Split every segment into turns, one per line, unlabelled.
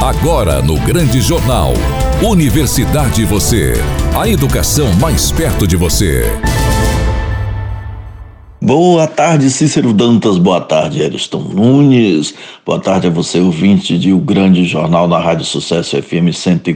Agora no Grande Jornal. Universidade Você. A educação mais perto de você.
Boa tarde, Cícero Dantas. Boa tarde, Ariston Nunes. Boa tarde a você, ouvinte de O Grande Jornal na Rádio Sucesso FM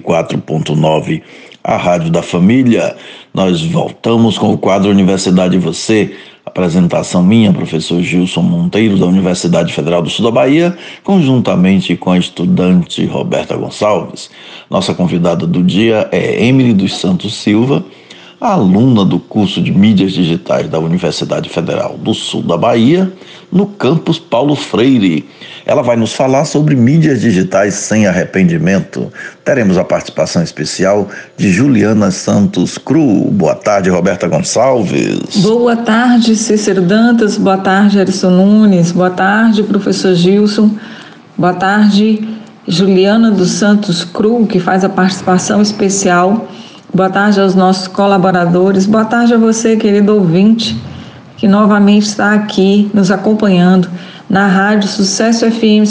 104.9, a Rádio da Família. Nós voltamos com o quadro Universidade Você. Apresentação minha, professor Gilson Monteiro, da Universidade Federal do Sul da Bahia, conjuntamente com a estudante Roberta Gonçalves. Nossa convidada do dia é Emily dos Santos Silva, aluna do curso de Mídias Digitais da Universidade Federal do Sul da Bahia, no campus Paulo Freire. Ela vai nos falar sobre mídias digitais sem arrependimento. Teremos a participação especial de Juliana Santos Cruz. Boa tarde, Roberta Gonçalves.
Boa tarde, Cícero Dantas. Boa tarde, Ariston Nunes. Boa tarde, professor Gilson. Boa tarde, Juliana dos Santos Cruz, que faz a participação especial. Boa tarde aos nossos colaboradores. Boa tarde a você, querido ouvinte, que novamente está aqui nos acompanhando na Rádio Sucesso FM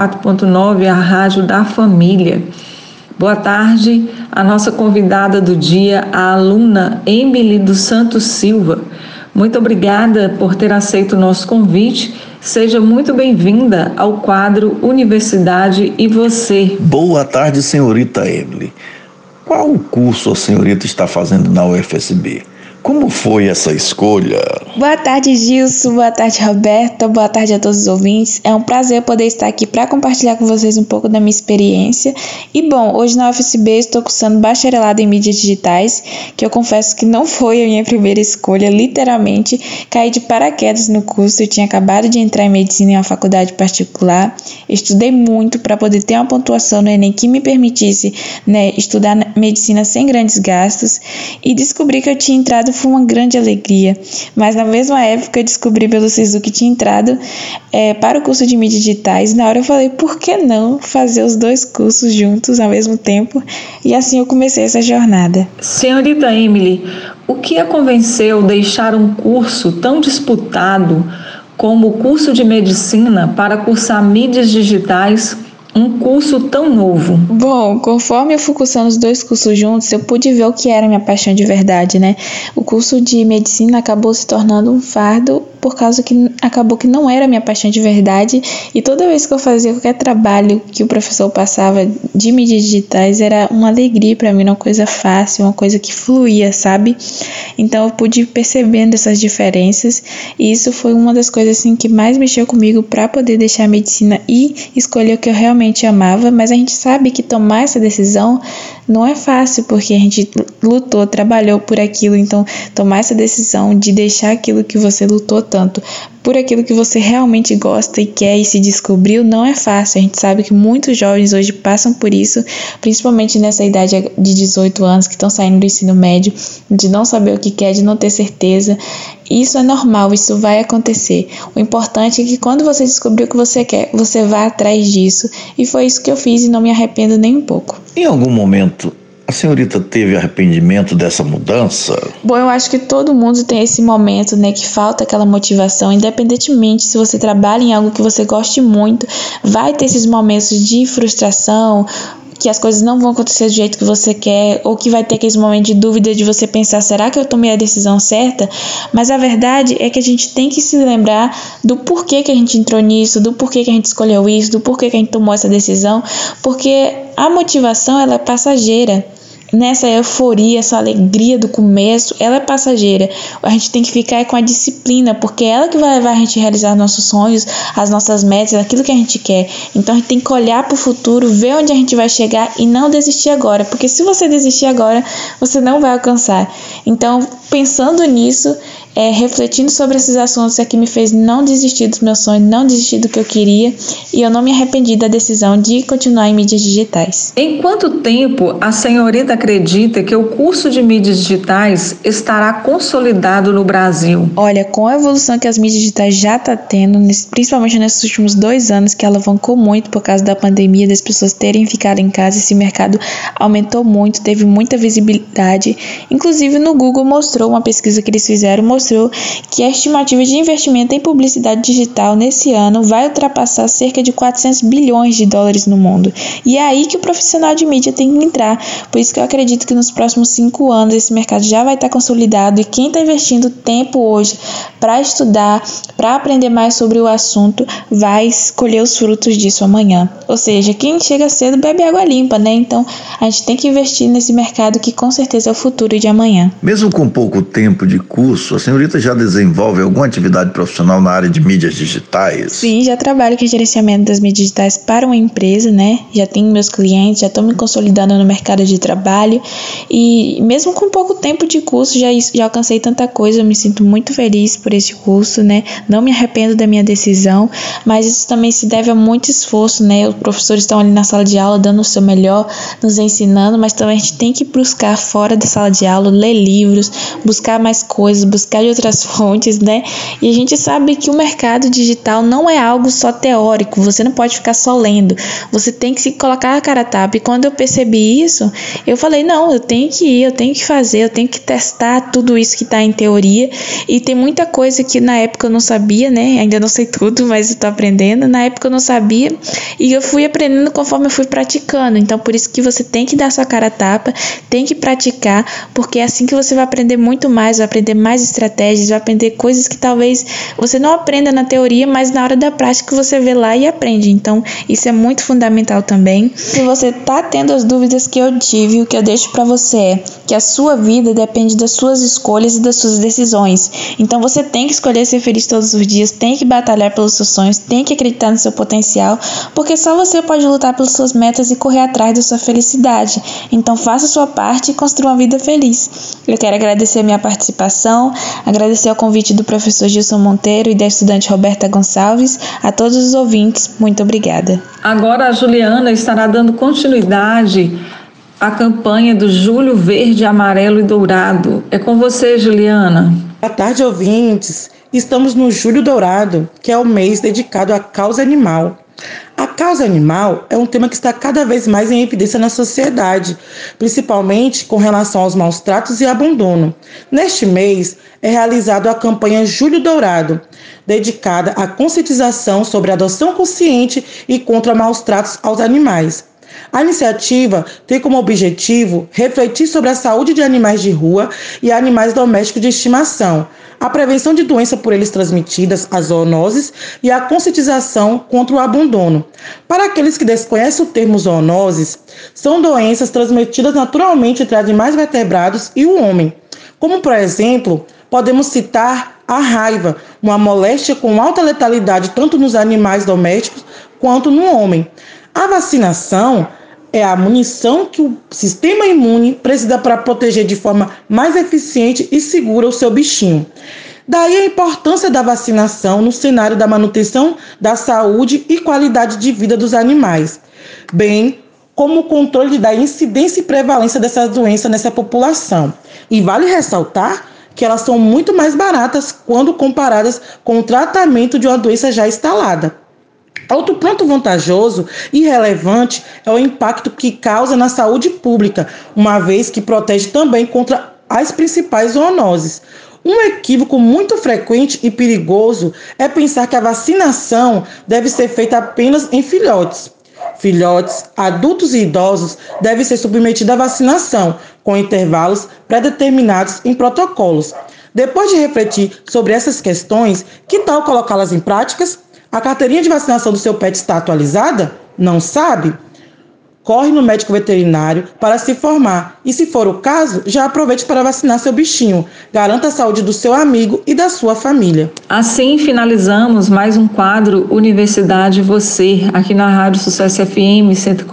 104.9, a Rádio da Família. Boa tarde a nossa convidada do dia, a aluna Emily dos Santos Silva. Muito obrigada por ter aceito o nosso convite. Seja muito bem-vinda ao quadro Universidade e Você.
Boa tarde, senhorita Emily. Qual curso a senhorita está fazendo na UFSB? Como foi essa escolha?
Boa tarde, Gilson. Boa tarde, Roberta. Boa tarde a todos os ouvintes. É um prazer poder estar aqui para compartilhar com vocês um pouco da minha experiência. E bom, hoje na UFSB estou cursando bacharelado em mídias digitais, que eu confesso que não foi a minha primeira escolha. Literalmente, caí de paraquedas no curso. Eu tinha acabado de entrar em medicina em uma faculdade particular. Estudei muito para poder ter uma pontuação no Enem que me permitisse, estudar medicina sem grandes gastos. E descobri que eu tinha entrado foi uma grande alegria, mas na mesma época eu descobri pelo SISU que tinha entrado para o curso de mídias digitais. Na hora eu falei, por que não fazer os dois cursos juntos ao mesmo tempo? E assim eu comecei essa jornada.
Senhorita Emily, o que a convenceu a deixar um curso tão disputado como o curso de medicina para cursar mídias digitais, um curso tão novo?
Bom, conforme eu fui cursando os dois cursos juntos, eu pude ver o que era minha paixão de verdade, O curso de medicina acabou se tornando um fardo por causa que acabou que não era minha paixão de verdade, e toda vez que eu fazia qualquer trabalho que o professor passava de mídias digitais era uma alegria para mim, uma coisa fácil, uma coisa que fluía, sabe? Então eu pude ir percebendo essas diferenças, e isso foi uma das coisas assim que mais mexeu comigo para poder deixar a medicina e escolher o que eu realmente amava. Mas a gente sabe que tomar essa decisão não é fácil, porque a gente lutou, trabalhou por aquilo. Então tomar essa decisão de deixar aquilo que você lutou tanto por aquilo que você realmente gosta e quer e se descobriu não é fácil. A gente sabe que muitos jovens hoje passam por isso, principalmente nessa idade de 18 anos que estão saindo do ensino médio, de não saber o que quer, de não ter certeza. Isso é normal, isso vai acontecer. O importante é que quando você descobrir o que você quer, você vá atrás disso, e foi isso que eu fiz e não me arrependo nem um pouco.
Em algum momento a senhorita teve arrependimento dessa mudança?
Bom, eu acho que todo mundo tem esse momento, que falta aquela motivação. Independentemente se você trabalha em algo que você goste muito, vai ter esses momentos de frustração, que as coisas não vão acontecer do jeito que você quer, ou que vai ter aqueles momentos de dúvida de você pensar, será que eu tomei a decisão certa? Mas a verdade é que a gente tem que se lembrar do porquê que a gente entrou nisso, do porquê que a gente escolheu isso, do porquê que a gente tomou essa decisão, porque a motivação ela é passageira. Nessa euforia, essa alegria do começo, ela é passageira. A gente tem que ficar com a disciplina, porque é ela que vai levar a gente a realizar nossos sonhos, as nossas metas, aquilo que a gente quer. Então a gente tem que olhar para o futuro, ver onde a gente vai chegar e não desistir agora, porque se você desistir agora, você não vai alcançar. Então, pensando nisso, refletindo sobre esses assuntos, é que me fez não desistir dos meus sonhos, não desistir do que eu queria, e eu não me arrependi da decisão de continuar em mídias digitais.
Em quanto tempo a senhorita acredita que o curso de mídias digitais estará consolidado no Brasil?
Olha, com a evolução que as mídias digitais já estão tendo, principalmente nesses últimos 2 anos, que alavancou muito por causa da pandemia, das pessoas terem ficado em casa, esse mercado aumentou muito, teve muita visibilidade. Inclusive no Google mostrou uma pesquisa que eles fizeram, mostrando mostrou que a estimativa de investimento em publicidade digital nesse ano vai ultrapassar cerca de 400 bilhões de dólares no mundo. E é aí que o profissional de mídia tem que entrar. Por isso que eu acredito que nos próximos 5 anos esse mercado já vai estar consolidado, e quem está investindo tempo hoje para estudar, para aprender mais sobre o assunto, vai colher os frutos disso amanhã. Ou seja, quem chega cedo bebe água limpa, né? Então a gente tem que investir nesse mercado que com certeza é o futuro de amanhã.
Mesmo com pouco tempo de curso, a senhorita já desenvolve alguma atividade profissional na área de mídias digitais?
Sim, já trabalho com gerenciamento das mídias digitais para uma empresa, né? Já tenho meus clientes, já estou me consolidando no mercado de trabalho, e mesmo com pouco tempo de curso já alcancei tanta coisa. Eu me sinto muito feliz por esse curso, né? Não me arrependo da minha decisão, mas isso também se deve a muito esforço, né? Os professores estão ali na sala de aula dando o seu melhor, nos ensinando, mas também a gente tem que buscar fora da sala de aula, ler livros, buscar mais coisas, buscar de outras fontes, né? E a gente sabe que o mercado digital não é algo só teórico, você não pode ficar só lendo, você tem que se colocar a cara a tapa. E quando eu percebi isso, eu falei, não, eu tenho que ir, eu tenho que fazer, eu tenho que testar tudo isso que está em teoria. E tem muita coisa que na época eu não sabia, né? Ainda não sei tudo, mas eu tô aprendendo. Na época eu não sabia, e eu fui aprendendo conforme eu fui praticando. Então por isso que você tem que dar sua cara a tapa, tem que praticar, porque é assim que você vai aprender muito mais, vai aprender mais estratégias, vai aprender coisas que talvez você não aprenda na teoria, mas na hora da prática você vê lá e aprende. Então isso é muito fundamental também. Se você tá tendo as dúvidas que eu tive, o que eu deixo para você é que a sua vida depende das suas escolhas e das suas decisões. Então você tem que escolher ser feliz todos os dias, tem que batalhar pelos seus sonhos, tem que acreditar no seu potencial, porque só você pode lutar pelas suas metas e correr atrás da sua felicidade. Então faça a sua parte e construa uma vida feliz. Eu quero agradecer a minha participação, agradecer ao convite do professor Gilson Monteiro e da estudante Roberta Gonçalves, a todos os ouvintes, muito obrigada.
Agora a Juliana estará dando continuidade à campanha do Julho Verde, Amarelo e Dourado. É com você, Juliana.
Boa tarde, ouvintes. Estamos no Julho Dourado, que é o mês dedicado à causa animal. A causa animal é um tema que está cada vez mais em evidência na sociedade, principalmente com relação aos maus tratos e abandono. Neste mês é realizada a campanha Julho Dourado, dedicada à conscientização sobre a adoção consciente e contra maus tratos aos animais. A iniciativa tem como objetivo refletir sobre a saúde de animais de rua e animais domésticos de estimação, a prevenção de doenças por eles transmitidas, as zoonoses, e a conscientização contra o abandono. Para aqueles que desconhecem o termo zoonoses, são doenças transmitidas naturalmente entre animais vertebrados e o homem. Como, por exemplo, podemos citar a raiva, uma moléstia com alta letalidade tanto nos animais domésticos quanto no homem. A vacinação é a munição que o sistema imune precisa para proteger de forma mais eficiente e segura o seu bichinho. Daí a importância da vacinação no cenário da manutenção da saúde e qualidade de vida dos animais, bem como o controle da incidência e prevalência dessas doenças nessa população. E vale ressaltar que elas são muito mais baratas quando comparadas com o tratamento de uma doença já instalada. Outro ponto vantajoso e relevante é o impacto que causa na saúde pública, uma vez que protege também contra as principais zoonoses. Um equívoco muito frequente e perigoso é pensar que a vacinação deve ser feita apenas em filhotes. Filhotes, adultos e idosos devem ser submetidos à vacinação, com intervalos pré-determinados em protocolos. Depois de refletir sobre essas questões, que tal colocá-las em práticas? A carteirinha de vacinação do seu pet está atualizada? Não sabe? Corre no médico veterinário para se informar e, se for o caso, já aproveite para vacinar seu bichinho. Garanta a saúde do seu amigo e da sua família.
Assim finalizamos mais um quadro Universidade Você, aqui na Rádio Sucesso FM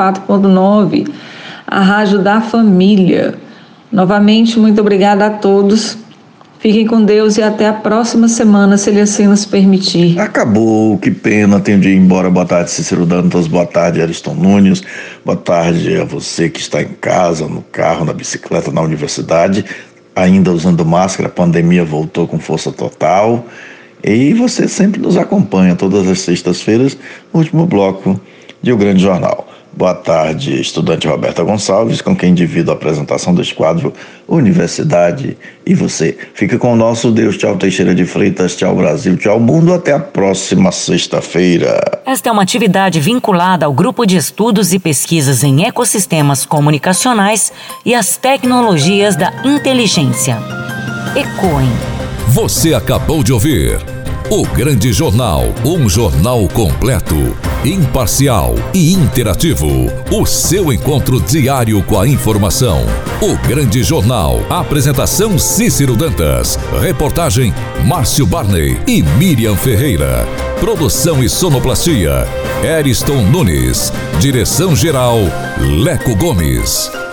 104.9, a Rádio da Família. Novamente, muito obrigada a todos. Fiquem com Deus e até a próxima semana, se Ele assim nos permitir.
Acabou, que pena, tenho de ir embora. Boa tarde, Cícero Dantas, boa tarde, Ariston Nunes, boa tarde a você que está em casa, no carro, na bicicleta, na universidade, ainda usando máscara. A pandemia voltou com força total e você sempre nos acompanha todas as sextas-feiras no último bloco de O Grande Jornal. Boa tarde, estudante Roberta Gonçalves, com quem divido a apresentação deste quadro Universidade e Você. Fica com o nosso Deus. Tchau, Teixeira de Freitas. Tchau, Brasil. Tchau, mundo. Até a próxima sexta-feira.
Esta é uma atividade vinculada ao Grupo de Estudos e Pesquisas em Ecossistemas Comunicacionais e as Tecnologias da Inteligência. ECOIN.
Você acabou de ouvir O Grande Jornal, um jornal completo, imparcial e interativo. O seu encontro diário com a informação. O Grande Jornal. Apresentação Cícero Dantas. Reportagem Márcio Barney e Miriam Ferreira. Produção e sonoplastia Ariston Nunes. Direção-geral Leco Gomes.